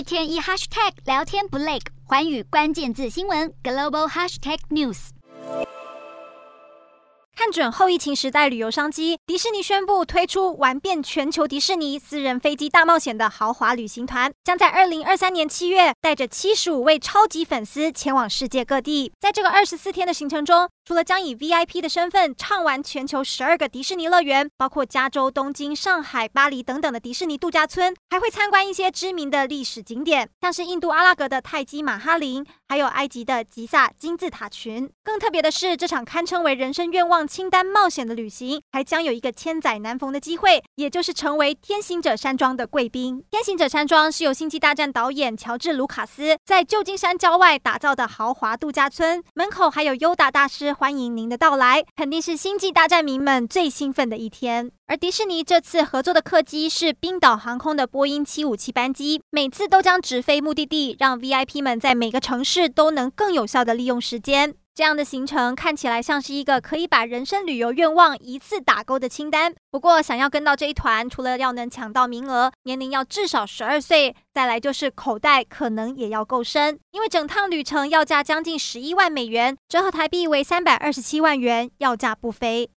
天一 hashtag 聊天不累，寰宇关键字新闻 global hashtag news。 看准后疫情时代旅游商机，迪士尼宣布推出玩遍全球迪士尼私人飞机大冒险的豪华旅行团，将在2023年7月带着75位超级粉丝前往世界各地。在这个24天的行程中，除了将以 VIP 的身份畅玩全球12个迪士尼乐园，包括加州、东京、上海、巴黎等等的迪士尼度假村，还会参观一些知名的历史景点，像是印度阿拉格的泰姬玛哈陵，还有埃及的吉萨金字塔群。更特别的是，这场堪称为人生愿望清单冒险的旅行，还将有一个千载难逢的机会，也就是成为天行者山庄的贵宾。天行者山庄是由星际大战导演乔治·卢卡斯在旧金山郊外打造的豪华度假村，门口还有优达大师欢迎您的到来，肯定是星际大战迷们最兴奋的一天。而迪士尼这次合作的客机是冰岛航空的波音757班机，每次都将直飞目的地，让 VIP 们在每个城市都能更有效地利用时间。这样的行程看起来像是一个可以把人生旅游愿望一次打勾的清单。不过想要跟到这一团，除了要能抢到名额，年龄要至少12岁，再来就是口袋可能也要够深，因为整趟旅程要价将近11万美元，折合台币为327万元，要价不菲。